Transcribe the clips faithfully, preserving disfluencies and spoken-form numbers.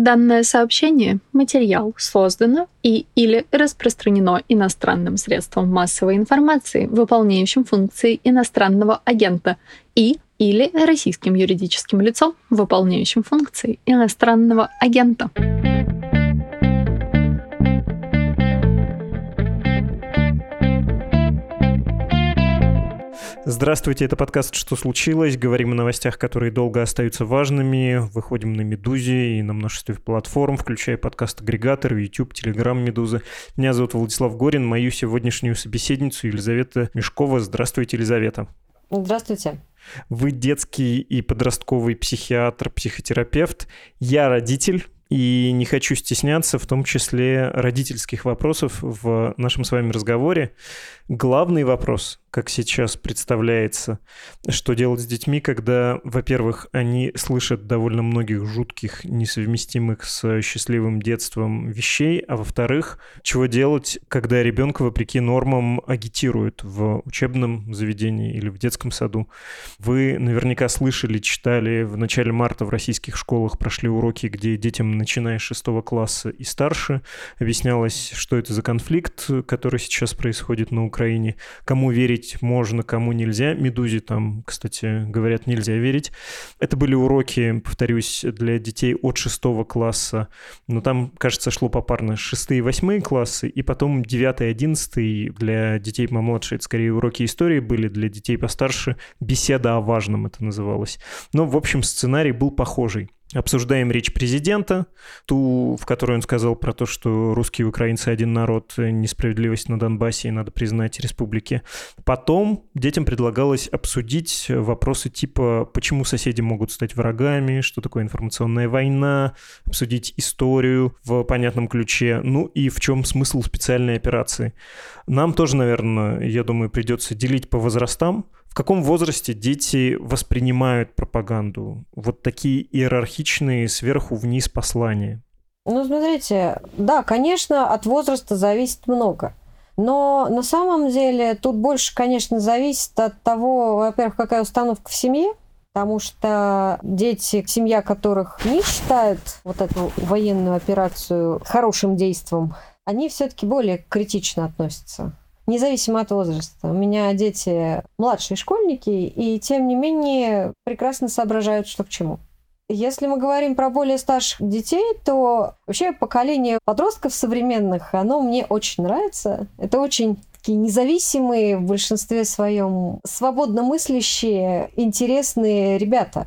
Данное сообщение, материал создано и или распространено иностранным средством массовой информации, выполняющим функции иностранного агента, и или российским юридическим лицом, выполняющим функции иностранного агента. Здравствуйте, это подкаст «Что случилось?». Говорим о новостях, которые долго остаются важными. Выходим на Медузе и на множестве платформ, включая подкаст-агрегатор, YouTube, Telegram Медузы. Меня зовут Владислав Горин, мою сегодняшнюю собеседницу Елизавета Мешкова. Здравствуйте, Елизавета. Здравствуйте. Вы детский и подростковый психиатр, психотерапевт. Я родитель. И не хочу стесняться, в том числе родительских вопросов в нашем с вами разговоре. Главный вопрос, как сейчас представляется, что делать с детьми, когда, во-первых, они слышат довольно многих жутких, несовместимых с счастливым детством вещей, а во-вторых, чего делать, когда ребенка, вопреки нормам, агитируют в учебном заведении или в детском саду. Вы наверняка слышали, читали, в начале марта в российских школах прошли уроки, где детям, начиная с шестого класса и старше, объяснялось, что это за конфликт, который сейчас происходит на Украине, кому верить можно, кому нельзя. Медузе там, кстати, говорят, нельзя верить. Это были уроки, повторюсь, для детей от шестого класса, но там, кажется, шло попарно шестые и восьмые классы, и потом девятый, одиннадцатый для детей помладше, это скорее уроки истории были, для детей постарше беседа о важном это называлось. Но, в общем, сценарий был похожий. Обсуждаем речь президента, ту, в которой он сказал про то, что русские и украинцы один народ, несправедливость на Донбассе, и надо признать республики. Потом детям предлагалось обсудить вопросы типа, почему соседи могут стать врагами, что такое информационная война, обсудить историю в понятном ключе, ну и в чем смысл специальной операции. Нам тоже, наверное, я думаю, придется делить по возрастам. В каком возрасте дети воспринимают пропаганду? Вот такие иерархичные сверху вниз послания. Ну, смотрите, да, конечно, от возраста зависит много. Но на самом деле тут больше, конечно, зависит от того, во-первых, какая установка в семье, потому что дети, семья которых не считают вот эту военную операцию хорошим действием, они все-таки более критично относятся. Независимо от возраста. У меня дети младшие школьники, и тем не менее прекрасно соображают, что к чему. Если мы говорим про более старших детей, то вообще поколение подростков современных, оно мне очень нравится. Это очень такие независимые, в большинстве своем, свободно мыслящие, интересные ребята.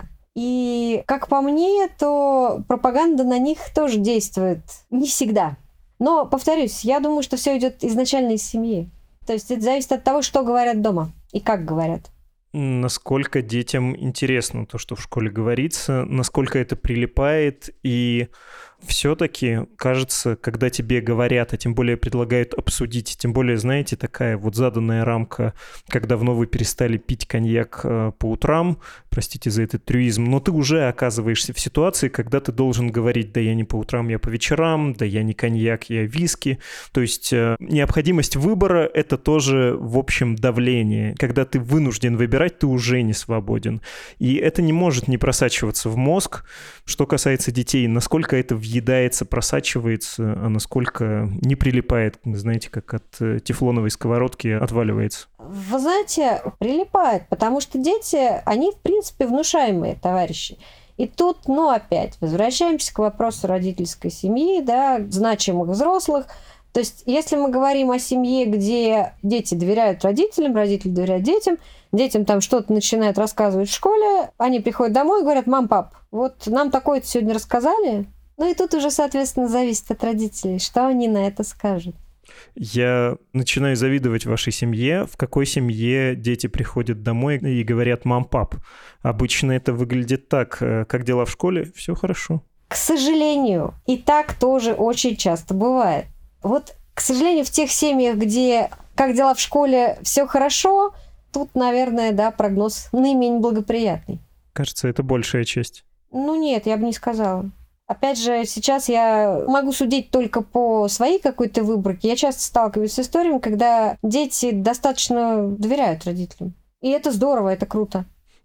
И, как по мне, то пропаганда на них тоже действует не всегда. Но, повторюсь, я думаю, что все идет изначально из семьи. То есть это зависит от того, что говорят дома и как говорят. Насколько детям интересно то, что в школе говорится, насколько это прилипает, и все-таки, кажется, когда тебе говорят, а тем более предлагают обсудить, тем более, знаете, такая вот заданная рамка, как давно вы перестали пить коньяк по утрам, простите за этот трюизм, но ты уже оказываешься в ситуации, когда ты должен говорить, да я не по утрам, я по вечерам, да я не коньяк, я виски. То есть необходимость выбора — это тоже, в общем, давление. Когда ты вынужден выбирать, ты уже не свободен. И это не может не просачиваться в мозг. Что касается детей, насколько это въедается, просачивается, а насколько не прилипает, знаете, как от тефлоновой сковородки отваливается? Вы знаете, прилипает, потому что дети, они, в принципе, внушаемые товарищи. И тут, ну, опять, возвращаемся к вопросу родительской семьи, да, значимых взрослых. То есть, если мы говорим о семье, где дети доверяют родителям, родители доверяют детям, детям там что-то начинают рассказывать в школе, они приходят домой и говорят: мам, пап, вот нам такое-то сегодня рассказали. Ну и тут уже, соответственно, зависит от родителей, что они на это скажут. Я начинаю завидовать вашей семье. В какой семье дети приходят домой и говорят: мам, пап? Обычно это выглядит так: как дела в школе? Все хорошо. К сожалению, и так тоже очень часто бывает. Вот, к сожалению, в тех семьях, где как дела в школе, все хорошо, тут, наверное, да, прогноз наименее благоприятный. Кажется, это большая часть. Ну нет, я бы не сказала. Опять же, сейчас я могу судить только по своей какой-то выборке. Я часто сталкиваюсь с историями, когда дети достаточно доверяют родителям. И это здорово, это круто.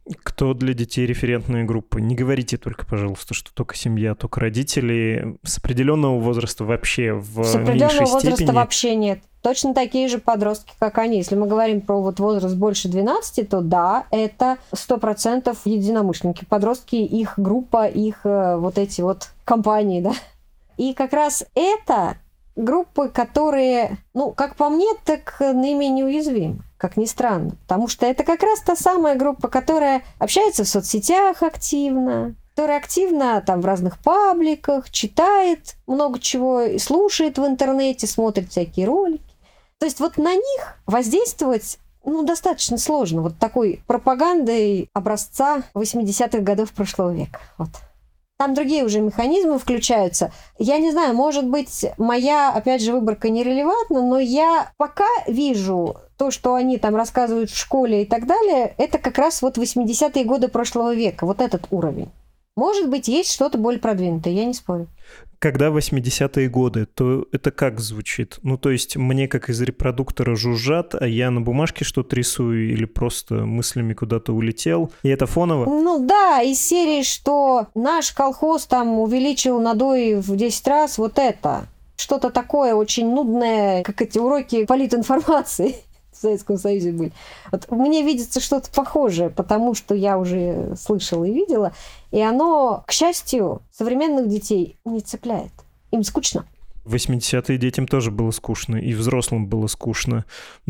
Кто для детей референтная группа? Не говорите только, пожалуйста, что только семья, только родители. С определенного возраста вообще в С определенного меньшей возраста степени... вообще нет. Точно такие же подростки, как они. Если мы говорим про вот возраст больше двенадцати, то да, это сто процентов единомышленники. Подростки, их группа, их вот эти вот компании, да. И как раз это группы, которые, ну, как по мне, так наименее уязвимы, как ни странно. Потому что это как раз та самая группа, которая общается в соцсетях активно, которая активно там в разных пабликах, читает много чего, и слушает в интернете, смотрит всякие ролики. То есть вот на них воздействовать, ну, достаточно сложно. Вот такой пропагандой образца восьмидесятых годов прошлого века. Вот. Там другие уже механизмы включаются. Я не знаю, может быть, моя, опять же, выборка нерелевантна, но я пока вижу то, что они там рассказывают в школе и так далее, это как раз вот восьмидесятые годы прошлого века, вот этот уровень. Может быть, есть что-то более продвинутое, я не спорю. Когда восьмидесятые годы, то это как звучит? Ну, то есть мне как из репродуктора жужжат, а я на бумажке что-то рисую или просто мыслями куда-то улетел, и это фоново? Ну да, из серии, что наш колхоз там увеличил надой в десять раз, вот это. Что-то такое очень нудное, как эти уроки политинформации в Советском Союзе были. Вот мне видится что-то похожее, потому что я уже слышала и видела, и оно, к счастью, современных детей не цепляет. Им скучно. В восьмидесятые детям тоже было скучно, и взрослым было скучно,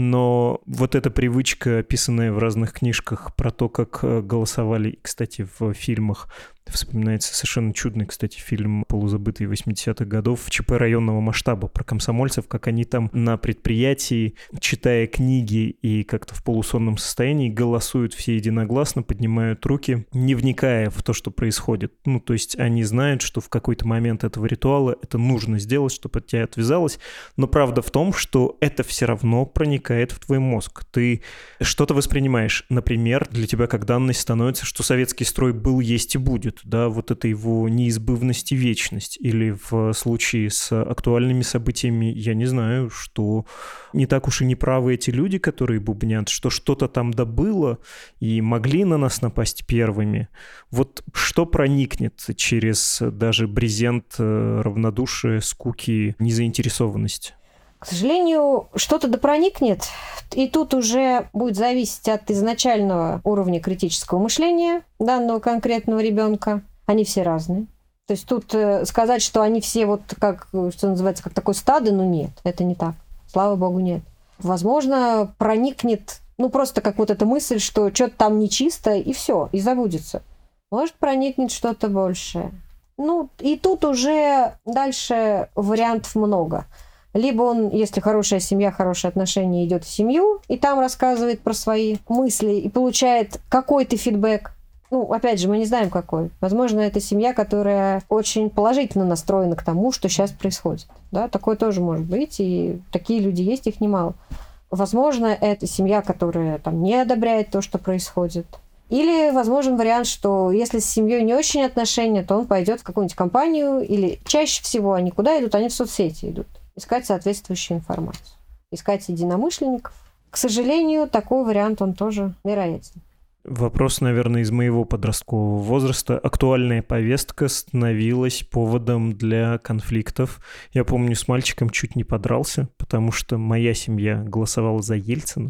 но вот эта привычка, описанная в разных книжках про то, как голосовали, кстати, в фильмах, вспоминается совершенно чудный, кстати, фильм полузабытый восьмидесятых годов ЧП районного масштаба про комсомольцев, как они там на предприятии, читая книги и как-то в полусонном состоянии, голосуют все единогласно, поднимают руки, не вникая в то, что происходит. Ну, то есть они знают, что в какой-то момент этого ритуала это нужно сделать, чтобы от тебя отвязалось, но правда в том, что это все равно проникает в твой мозг. Ты что-то воспринимаешь. Например, для тебя как данность становится, что советский строй был, есть и будет. Да, вот это его неизбывность и вечность. Или в случае с актуальными событиями, я не знаю, что не так уж и неправы эти люди, которые бубнят, что что-то там добыло и могли на нас напасть первыми. Вот что проникнет через даже брезент равнодушия, скуки, незаинтересованности? К сожалению, что-то да проникнет, и тут уже будет зависеть от изначального уровня критического мышления данного конкретного ребенка. Они все разные. То есть тут сказать, что они все вот как, что называется, как такое стадо, ну нет, это не так. Слава богу, нет. Возможно, проникнет, ну просто как вот эта мысль, что что-то там нечисто, и все, и забудется. Может, проникнет что-то большее. Ну, и тут уже дальше вариантов много. Либо он, если хорошая семья, хорошие отношения, идет в семью, и там рассказывает про свои мысли, и получает какой-то фидбэк. Ну, опять же, мы не знаем, какой. Возможно, это семья, которая очень положительно настроена к тому, что сейчас происходит. Да, такое тоже может быть, и такие люди есть, их немало. Возможно, это семья, которая там не одобряет то, что происходит. Или возможен вариант, что если с семьей не очень отношения, то он пойдет в какую-нибудь компанию, или чаще всего они куда идут? Они в соцсети идут. Искать соответствующую информацию. Искать единомышленников. К сожалению, такой вариант, он тоже вероятен. Вопрос, наверное, из моего подросткового возраста. Актуальная повестка становилась поводом для конфликтов. Я помню, с мальчиком чуть не подрался, потому что моя семья голосовала за Ельцина,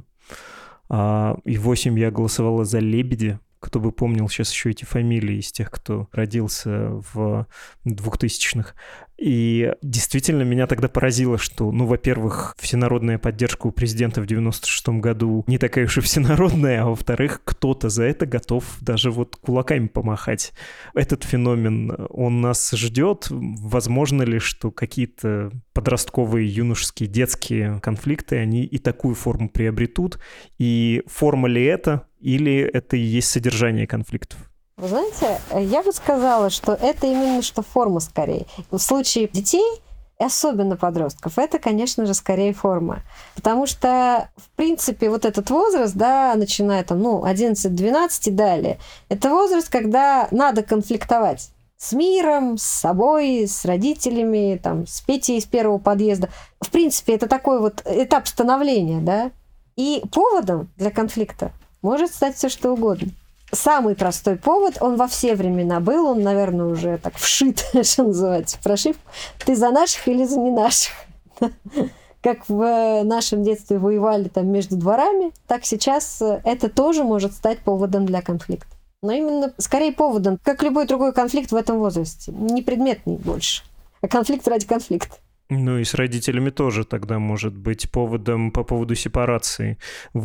а его семья голосовала за Лебедя. Кто бы помнил сейчас еще эти фамилии из тех, кто родился в двухтысячных. И действительно меня тогда поразило, что, ну, во-первых, всенародная поддержка у президента в девяносто шестом году не такая уж и всенародная, а во-вторых, кто-то за это готов даже вот кулаками помахать. Этот феномен, он нас ждет. Возможно ли, что какие-то подростковые, юношеские, детские конфликты, они и такую форму приобретут? И форма ли это, или это и есть содержание конфликтов? Вы знаете, я бы сказала, что это именно что форма скорее. В случае детей, и особенно подростков, это, конечно же, скорее форма. Потому что, в принципе, вот этот возраст, да, начиная там, ну, одиннадцать-двенадцать и далее, это возраст, когда надо конфликтовать с миром, с собой, с родителями, там, с Петей из первого подъезда. В принципе, это такой вот этап становления, да. И поводом для конфликта может стать все что угодно. самый простой повод, он во все времена был, он, наверное, уже так вшит, что называется, прошивку. Ты за наших или за не наших? Как в нашем детстве воевали там между дворами, так сейчас это тоже может стать поводом для конфликта. Но именно скорее поводом, как любой другой конфликт в этом возрасте. Не предметный больше, а конфликт ради конфликта. Ну и с родителями тоже тогда может быть поводом по поводу сепарации.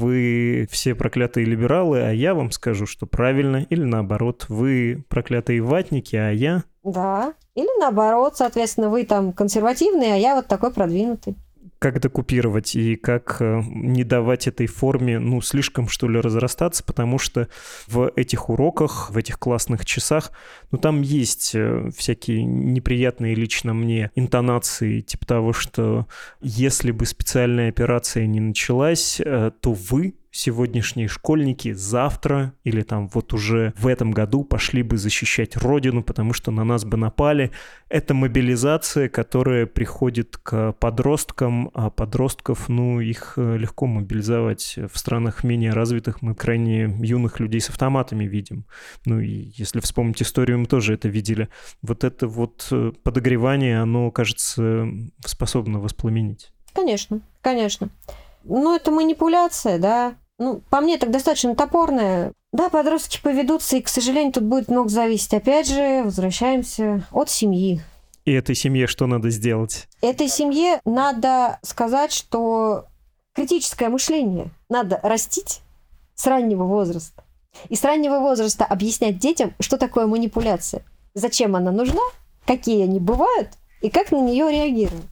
Вы все проклятые либералы, а я вам скажу, что правильно, или наоборот, вы проклятые ватники, а я... Да, или наоборот, соответственно, вы там консервативные, а я вот такой продвинутый. Как докупировать и как не давать этой форме, ну, слишком, что ли, разрастаться, потому что в этих уроках, в этих классных часах, ну, там есть всякие неприятные лично мне интонации, типа того, что если бы специальная операция не началась, то вы, сегодняшние школьники, завтра или там вот уже в этом году пошли бы защищать Родину, потому что на нас бы напали. Это мобилизация, которая приходит к подросткам, а подростков, ну, их легко мобилизовать. В странах менее развитых мы крайне юных людей с автоматами видим. Ну, и если вспомнить историю, мы тоже это видели. Вот это вот подогревание, оно, кажется, способно воспламенить. Конечно, конечно. Ну, это манипуляция, да. Ну, по мне, так достаточно топорная. Да, подростки поведутся, и, к сожалению, тут будет много зависеть. Опять же, возвращаемся от семьи. И этой семье что надо сделать? Этой семье надо сказать, что критическое мышление надо растить с раннего возраста. И с раннего возраста объяснять детям, что такое манипуляция, зачем она нужна, какие они бывают и как на нее реагировать.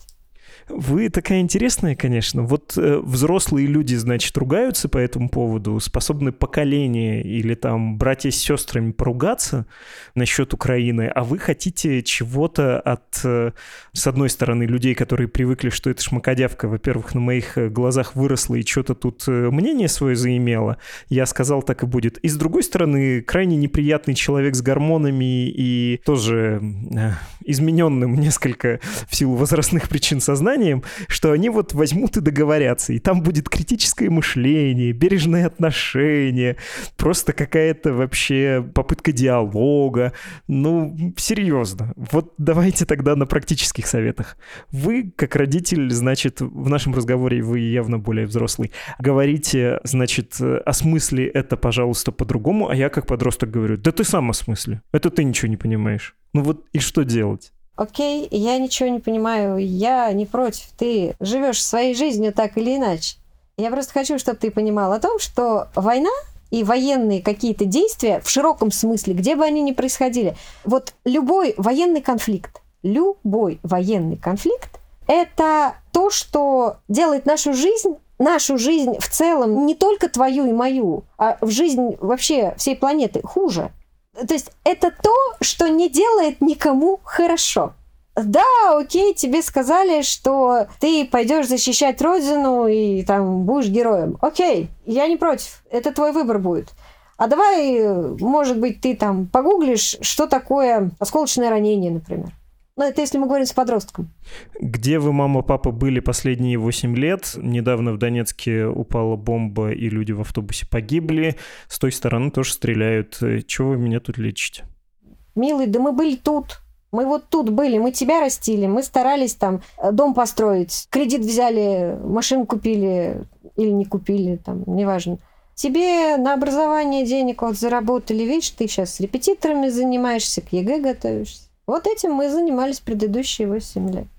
Вы такая интересная, конечно. Вот э, взрослые люди, значит, ругаются по этому поводу, способны поколение или там братья с сестрами поругаться насчет Украины, а вы хотите чего-то от, э, с одной стороны, людей, которые привыкли, что это шмакодявка, во-первых, на моих глазах выросла и что-то тут мнение свое заимела, я сказал, так и будет. И с другой стороны, крайне неприятный человек с гормонами и тоже э, измененным несколько в силу возрастных причин сознания, что они вот возьмут и договорятся, и там будет критическое мышление, бережное отношение, просто какая-то вообще попытка диалога. Ну, серьезно. Вот давайте тогда на практических советах. Вы, как родитель, значит, в нашем разговоре вы явно более взрослый, говорите, значит, осмысли это, пожалуйста, по-другому, а я как подросток говорю, да ты сам осмысли, это ты ничего не понимаешь. Ну вот и что делать? Окей, я ничего не понимаю, я не против. Ты живешь своей жизнью так или иначе. Я просто хочу, чтобы ты понимал о том, что война и военные какие-то действия в широком смысле, где бы они ни происходили, вот любой военный конфликт, любой военный конфликт – это то, что делает нашу жизнь, нашу жизнь в целом, не только твою и мою, а в жизнь вообще всей планеты хуже. То есть это то, что не делает никому хорошо. Да, окей, тебе сказали, что ты пойдешь защищать Родину и там будешь героем. Окей, я не против, это твой выбор будет. А давай, может быть, ты там погуглишь, что такое осколочное ранение, например. Ну, это если мы говорим с подростком. Где вы, мама, папа, были последние восемь лет? Недавно в Донецке упала бомба, и люди в автобусе погибли. С той стороны тоже стреляют. Чего вы меня тут лечите? Милый, да мы были тут. Мы вот тут были, мы тебя растили, мы старались там дом построить, кредит взяли, машину купили или не купили, там, неважно. Тебе на образование денег вот заработали, видишь, ты сейчас с репетиторами занимаешься, к ЕГЭ готовишься. Вот этим мы занимались предыдущие восемь лет.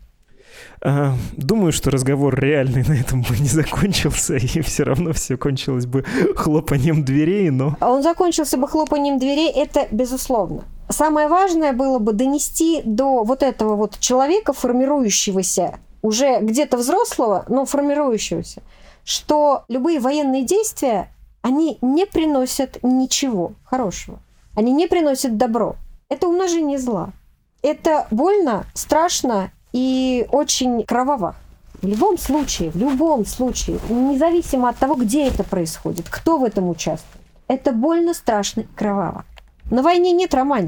А, думаю, что разговор реальный на этом бы не закончился, и все равно все кончилось бы хлопанием дверей, но... А он закончился бы хлопанием дверей, это безусловно. Самое важное было бы донести до вот этого вот человека, формирующегося, уже где-то взрослого, но формирующегося, что любые военные действия, они не приносят ничего хорошего. Они не приносят добро. Это умножение зла. Это больно, страшно и очень кроваво. В любом случае, в любом случае, независимо от того, где это происходит, кто в этом участвует, это больно, страшно и кроваво. На войне нет романтики.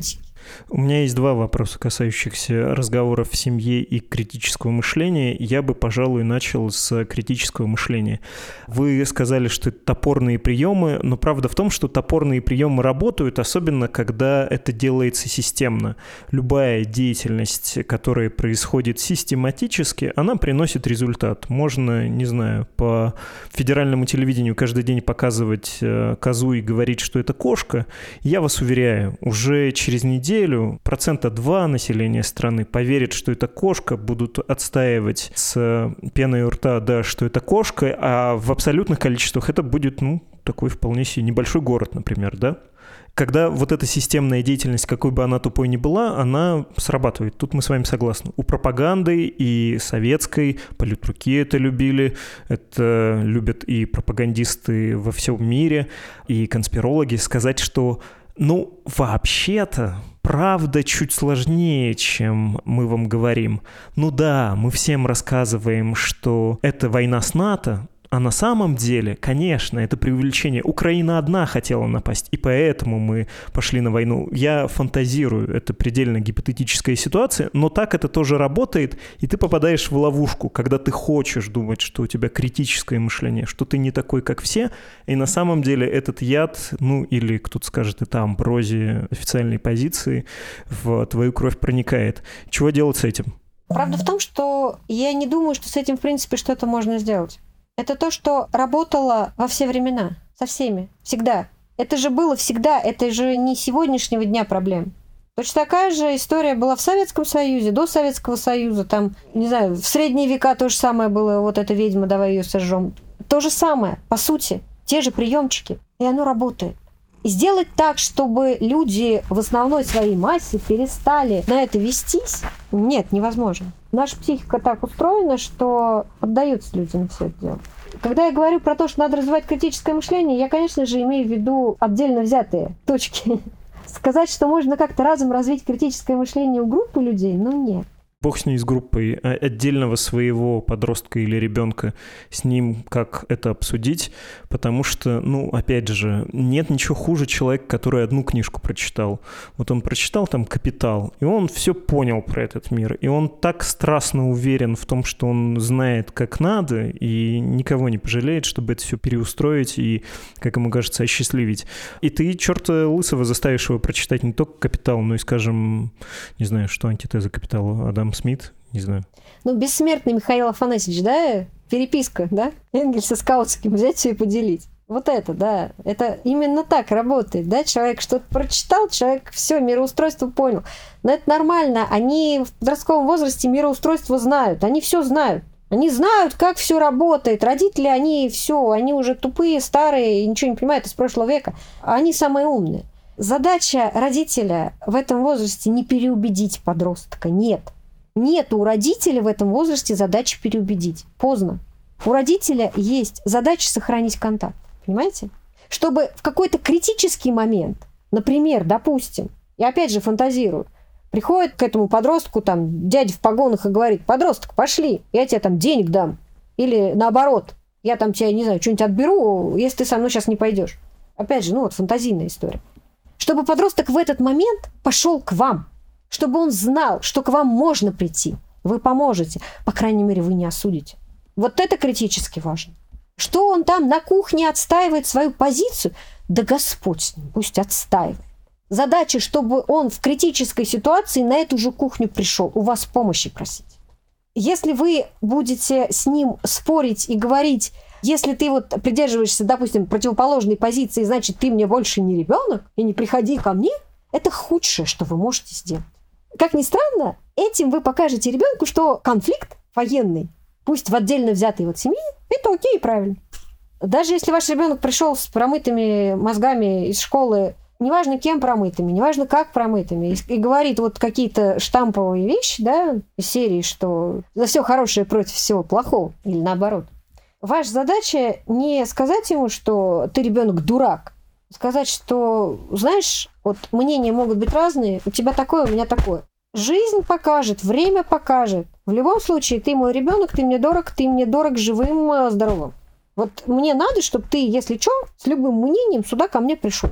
У меня есть два вопроса, касающихся разговоров в семье и критического мышления. Я бы, пожалуй, начал с критического мышления. Вы сказали, что это топорные приемы, но правда в том, что топорные приемы работают, особенно когда это делается системно. Любая деятельность, которая происходит систематически, она приносит результат. Можно, не знаю, по федеральному телевидению каждый день показывать козу и говорить, что это кошка. Я вас уверяю, уже через неделю процента два населения страны поверит, что это кошка, будут отстаивать с пеной у рта, да, что это кошка, а в абсолютных количествах это будет, ну, такой вполне себе небольшой город, например, да? Когда вот эта системная деятельность, какой бы она тупой ни была, она срабатывает. Тут мы с вами согласны. У пропаганды и советской, политруки это любили, это любят и пропагандисты во всем мире, и конспирологи, сказать, что, ну, вообще-то, правда чуть сложнее, чем мы вам говорим. Ну да, мы всем рассказываем, что это война с НАТО, а на самом деле, конечно, это преувеличение. Украина одна хотела напасть, и поэтому мы пошли на войну. Я фантазирую, это предельно гипотетическая ситуация, но так это тоже работает, и ты попадаешь в ловушку, когда ты хочешь думать, что у тебя критическое мышление, что ты не такой, как все, и на самом деле этот яд, ну или кто-то скажет, это амброзия официальной позиции, в твою кровь проникает. Чего делать с этим? Правда в том, что я не думаю, что с этим, в принципе, что-то можно сделать. Это то, что работало во все времена, со всеми, всегда. Это же было всегда, это же не сегодняшнего дня проблем. Точно такая же история была в Советском Союзе, до Советского Союза, там, не знаю, в средние века то же самое было, вот эта ведьма, давай ее сожжем. То же самое, по сути, те же приемчики, и оно работает. И сделать так, чтобы люди в основной своей массе перестали на это вестись, нет, невозможно. Наша психика так устроена, что поддаются люди на все это дело. Когда я говорю про то, что надо развивать критическое мышление, я, конечно же, имею в виду отдельно взятые точки. Сказать, что можно как-то разом развить критическое мышление у группы людей, ну нет. Бог с ней, с группой, отдельного своего подростка или ребенка, с ним как это обсудить, потому что, ну, опять же, нет ничего хуже человека, который одну книжку прочитал. Вот он прочитал там «Капитал», и он все понял про этот мир, и он так страстно уверен в том, что он знает, как надо, и никого не пожалеет, чтобы это все переустроить и, как ему кажется, осчастливить. И ты черта лысого заставишь его прочитать не только «Капитал», но и, скажем, не знаю, что антитеза «Капиталу», Адам Смит, не знаю. Ну, бессмертный Михаил Афанасьевич, да? Переписка, да? Энгельса с Каутским взять все и поделить. Вот это, да. Это именно так работает, да? Человек что-то прочитал, человек все, мироустройство понял. Но это нормально. Они в подростковом возрасте мироустройство знают. Они все знают. Они знают, как все работает. Родители, они все, они уже тупые, старые, ничего не понимают из прошлого века. А они самые умные. Задача родителя в этом возрасте не переубедить подростка. Нет. Нет у родителя в этом возрасте задачи переубедить. Поздно. У родителя есть задача сохранить контакт. Понимаете? Чтобы в какой-то критический момент, например, допустим, я опять же фантазирую, приходит к этому подростку там дядя в погонах и говорит: подросток, пошли, я тебе там денег дам. Или наоборот, я там тебе, не знаю, что-нибудь отберу, если ты со мной сейчас не пойдешь. Опять же, ну вот фантазийная история. Чтобы подросток в этот момент пошел к вам. Чтобы он знал, что к вам можно прийти. Вы поможете. По крайней мере, вы не осудите. Вот это критически важно. Что он там на кухне отстаивает свою позицию? Да Господь с ним, пусть отстаивает. Задача, чтобы он в критической ситуации на эту же кухню пришел, у вас помощи просить. Если вы будете с ним спорить и говорить: если ты вот придерживаешься, допустим, противоположной позиции, значит, ты мне больше не ребенок, и не приходи ко мне, это худшее, что вы можете сделать. Как ни странно, этим вы покажете ребенку, что конфликт военный, пусть в отдельно взятой вот семье, это окей и правильно. Даже если ваш ребенок пришел с промытыми мозгами из школы, неважно кем промытыми, неважно как промытыми, и, и говорит вот какие-то штамповые вещи, да, из серии, что за все хорошее против всего плохого, или наоборот. Ваша задача не сказать ему, что ты ребенок дурак, сказать, что, знаешь, вот мнения могут быть разные, у тебя такое, у меня такое. Жизнь покажет, время покажет. В любом случае, ты мой ребенок, ты мне дорог, ты мне дорог живым, здоровым. Вот мне надо, чтобы ты, если что, с любым мнением сюда ко мне пришел.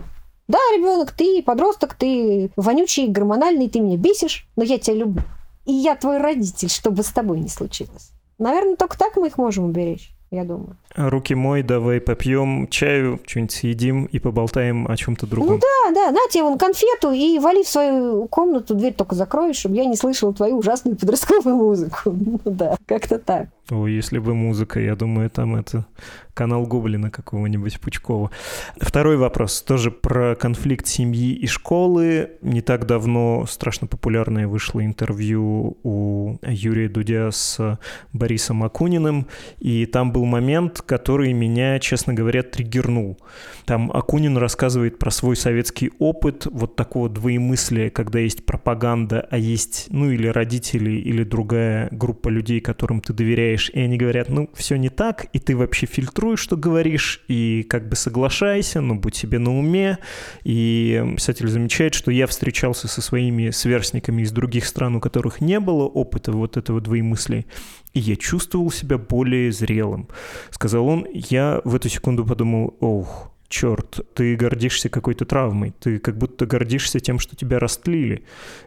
Да, ребенок, ты подросток, ты вонючий, гормональный, ты меня бесишь, но я тебя люблю. И я твой родитель, что бы с тобой ни случилось. Наверное, только так мы их можем уберечь, я думаю. Руки мой, давай попьем чаю, что-нибудь съедим и поболтаем о чем-то другом. Ну да, да, на тебе вон конфету и вали в свою комнату, дверь только закроешь, чтобы я не слышала твою ужасную подростковую музыку. Ну да, как-то так. О, если бы музыка, я думаю, там это канал Гоблина какого-нибудь Пучкова. Второй вопрос, тоже про конфликт семьи и школы. Не так давно страшно популярное вышло интервью у Юрия Дудя с Борисом Акуниным, и там был момент, который меня, честно говоря, триггернул. Там Акунин рассказывает про свой советский опыт вот такого двоемыслия, когда есть пропаганда, а есть, ну, или родители, или другая группа людей, которым ты доверяешь, и они говорят, ну, все не так, и ты вообще фильтруй, что говоришь, и как бы соглашайся, но будь себе на уме. И писатель замечает, что я встречался со своими сверстниками из других стран, у которых не было опыта вот этого двоемыслия, и я чувствовал себя более зрелым. Сказал он, я в эту секунду подумал, ох, черт, ты гордишься какой-то травмой, ты как будто гордишься тем, что тебя растлили.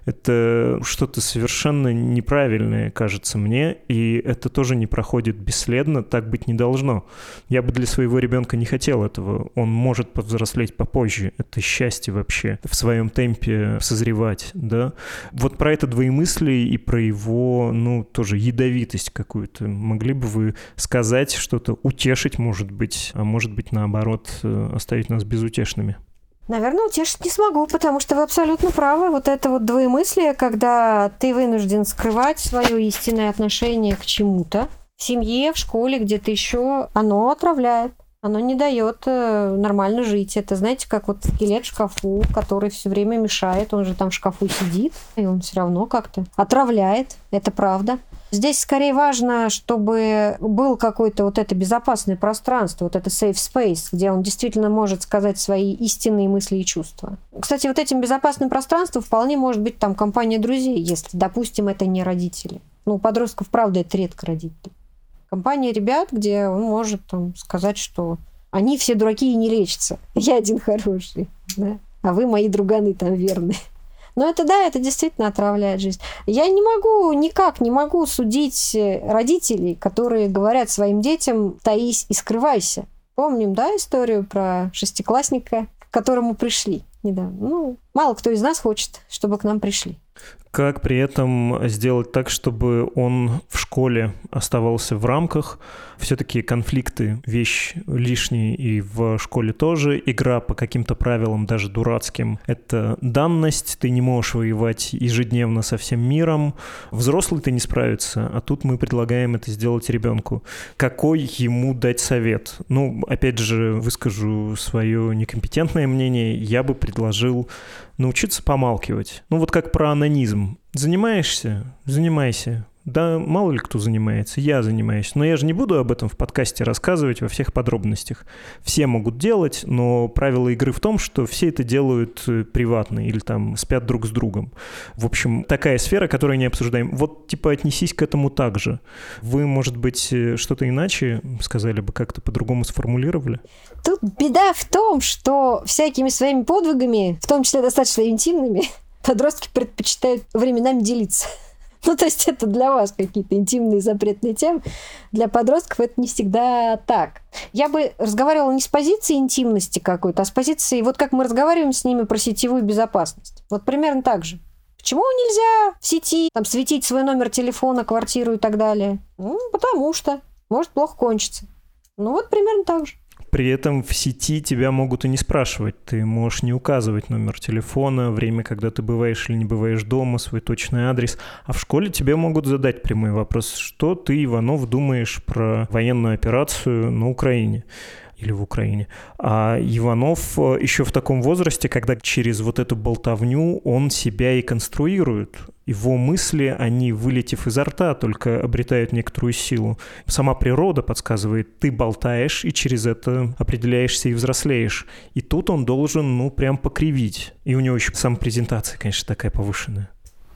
Это что-то совершенно неправильное, кажется мне, и это тоже не проходит бесследно, так быть не должно. Я бы для своего ребенка не хотел этого, он может повзрослеть попозже, это счастье вообще, в своем темпе созревать, да. Вот про это двоемыслие и про его, ну, тоже ядовитость какую-то. Могли бы вы сказать что-то, утешить, может быть, а может быть, наоборот, оставить нас безутешными? Наверное, утешить не смогу, потому что вы абсолютно правы. Вот это вот двоемыслие, когда ты вынужден скрывать свое истинное отношение к чему-то в семье, в школе, где-то еще, оно отравляет. Оно не дает нормально жить. Это, знаете, как вот скелет в шкафу, который все время мешает. Он же там в шкафу сидит, и он все равно как-то отравляет. Это правда. Здесь скорее важно, чтобы был какое-то вот это безопасное пространство, вот это safe space, где он действительно может сказать свои истинные мысли и чувства. Кстати, вот этим безопасным пространством вполне может быть там компания друзей, если, допустим, это не родители. Ну, у подростков, правда, это редко родители. Компания ребят, где он может там сказать, что они все дураки и не лечатся. Я один хороший, да? А вы мои друганы там верные. Но это, да, это действительно отравляет жизнь. Я не могу, никак не могу судить родителей, которые говорят своим детям «таись и скрывайся». Помним, да, историю про шестиклассника, к которому пришли недавно. Ну, мало кто из нас хочет, чтобы к нам пришли. Как при этом сделать так, чтобы он в школе оставался в рамках? Все-таки конфликты – вещь лишняя, и в школе тоже. Игра по каким-то правилам, даже дурацким – это данность. Ты не можешь воевать ежедневно со всем миром. Взрослый ты не справится, а тут мы предлагаем это сделать ребенку. Какой ему дать совет? Ну, опять же, выскажу свое некомпетентное мнение. Я бы предложил научиться помалкивать. Ну, вот как про анонизм. Занимаешься? Занимайся. Да мало ли кто занимается, я занимаюсь. Но я же не буду об этом в подкасте рассказывать во всех подробностях. Все могут делать, но правило игры в том, что все это делают приватно или там спят друг с другом. В общем, такая сфера, которую не обсуждаем. Вот типа отнесись к этому так же. Вы, может быть, что-то иначе сказали бы, как-то по-другому сформулировали? Тут беда в том, что всякими своими подвигами, в том числе достаточно интимными, подростки предпочитают временами делиться. Ну, то есть это для вас какие-то интимные запретные темы. Для подростков это не всегда так. Я бы разговаривала не с позиции интимности какой-то, а с позиции, вот как мы разговариваем с ними про сетевую безопасность. Вот примерно так же. Почему нельзя в сети там, светить свой номер телефона, квартиру и так далее? Ну, потому что может плохо кончиться. Ну, вот примерно так же. При этом в сети тебя могут и не спрашивать. Ты можешь не указывать номер телефона, время, когда ты бываешь или не бываешь дома, свой точный адрес. А в школе тебе могут задать прямой вопрос, что ты, Иванов, думаешь про военную операцию на Украине или в Украине. А Иванов еще в таком возрасте, когда через вот эту болтовню он себя и конструирует. Его мысли, они, вылетев изо рта, только обретают некоторую силу. Сама природа подсказывает, ты болтаешь, и через это определяешься и взрослеешь. И тут он должен, ну, прям покривить. И у него еще самопрезентация, конечно, такая повышенная.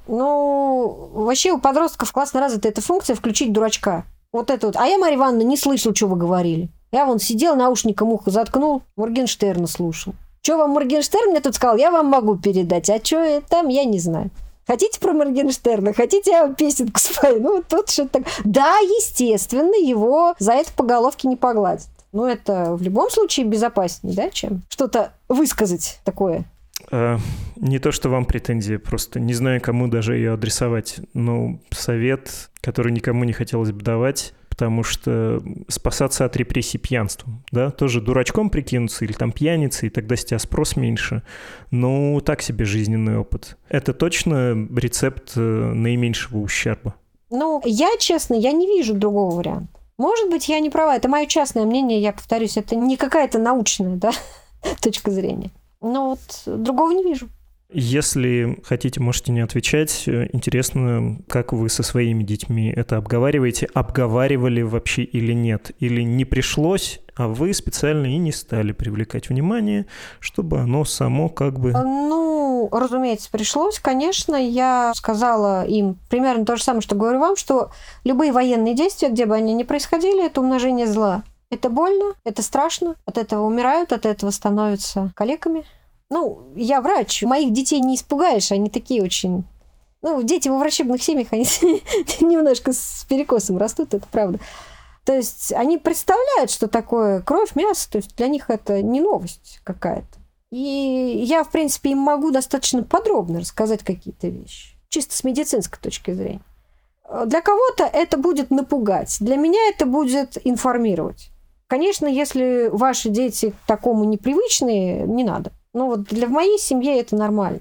Ну, вообще у подростков классно развита эта функция включить дурачка. Вот это вот. А я, Марья Ивановна, не слышал, что вы говорили. Я вон сидел, наушником ухо заткнул, Моргенштерна слушал. Что вам Моргенштерн мне тут сказал, я вам могу передать. А что там, я не знаю. Хотите про Моргенштерна? Хотите, я вам песенку спою? Ну, тут что-то так. Да, естественно, его за это по головке не погладят. Ну, это в любом случае безопаснее, да, чем что-то высказать такое. А, не то, что вам претензии, просто не знаю, кому даже ее адресовать. Но совет, который никому не хотелось бы давать, потому что спасаться от репрессий пьянством, да, тоже дурачком прикинуться или там пьяницей, и тогда с тебя спрос меньше. Ну, так себе жизненный опыт. Это точно рецепт наименьшего ущерба? Ну, я, честно, я не вижу другого варианта. Может быть, я не права. Это мое частное мнение, я повторюсь, это не какая-то научная, да, точка зрения. Но вот другого не вижу. Если хотите, можете не отвечать. Интересно, как вы со своими детьми это обговариваете? Обговаривали вообще или нет? Или не пришлось, а вы специально и не стали привлекать внимание, чтобы оно само как бы... Ну, разумеется, пришлось. Конечно, я сказала им примерно то же самое, что говорю вам, что любые военные действия, где бы они ни происходили, это умножение зла. Это больно, это страшно, от этого умирают, от этого становятся калеками. Ну, я врач, моих детей не испугаешь, они такие очень... Ну, дети во врачебных семьях, они немножко с перекосом растут, это правда. То есть они представляют, что такое кровь, мясо, то есть для них это не новость какая-то. И я, в принципе, им могу достаточно подробно рассказать какие-то вещи, чисто с медицинской точки зрения. Для кого-то это будет напугать, для меня это будет информировать. Конечно, если ваши дети к такому непривычные, не надо. Ну вот для моей семьи это нормально.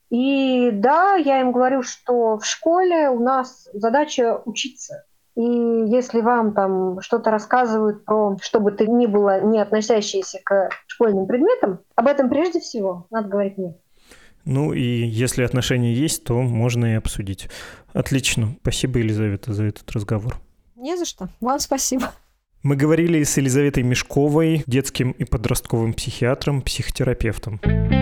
И да, я им говорю, что в школе у нас задача учиться. И если вам там что-то рассказывают про что бы то ни было, не относящееся к школьным предметам, об этом прежде всего надо говорить нет. Ну и если отношения есть, то можно и обсудить. Отлично. Спасибо, Елизавета, за этот разговор. Не за что. Вам спасибо. Мы говорили с Елизаветой Мешковой, детским и подростковым психиатром, психотерапевтом.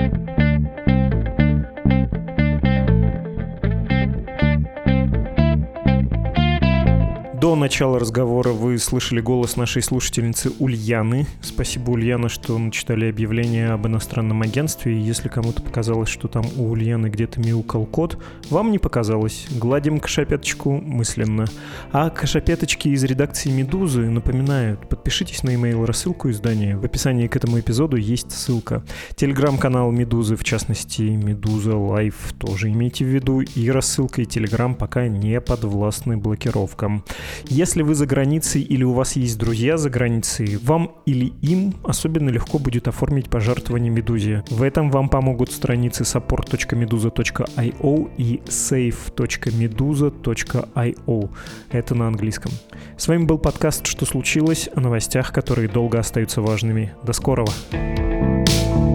До начала разговора вы слышали голос нашей слушательницы Ульяны. Спасибо, Ульяна, что начитали объявление об иностранном агентстве. И если кому-то показалось, что там у Ульяны где-то мяукал кот, вам не показалось. Гладим кошапеточку мысленно. А кошапеточки из редакции «Медузы» напоминают, подпишитесь на email-рассылку издания. В описании к этому эпизоду есть ссылка. Телеграм-канал «Медузы», в частности, «Медуза Лайф», тоже имейте в виду. И рассылка и телеграм пока не подвластны блокировкам. Если вы за границей или у вас есть друзья за границей, вам или им особенно легко будет оформить пожертвование «Медузе». В этом вам помогут страницы support точка meduza точка io и save точка meduza точка io. Это на английском. С вами был подкаст «Что случилось?» о новостях, которые долго остаются важными. До скорого!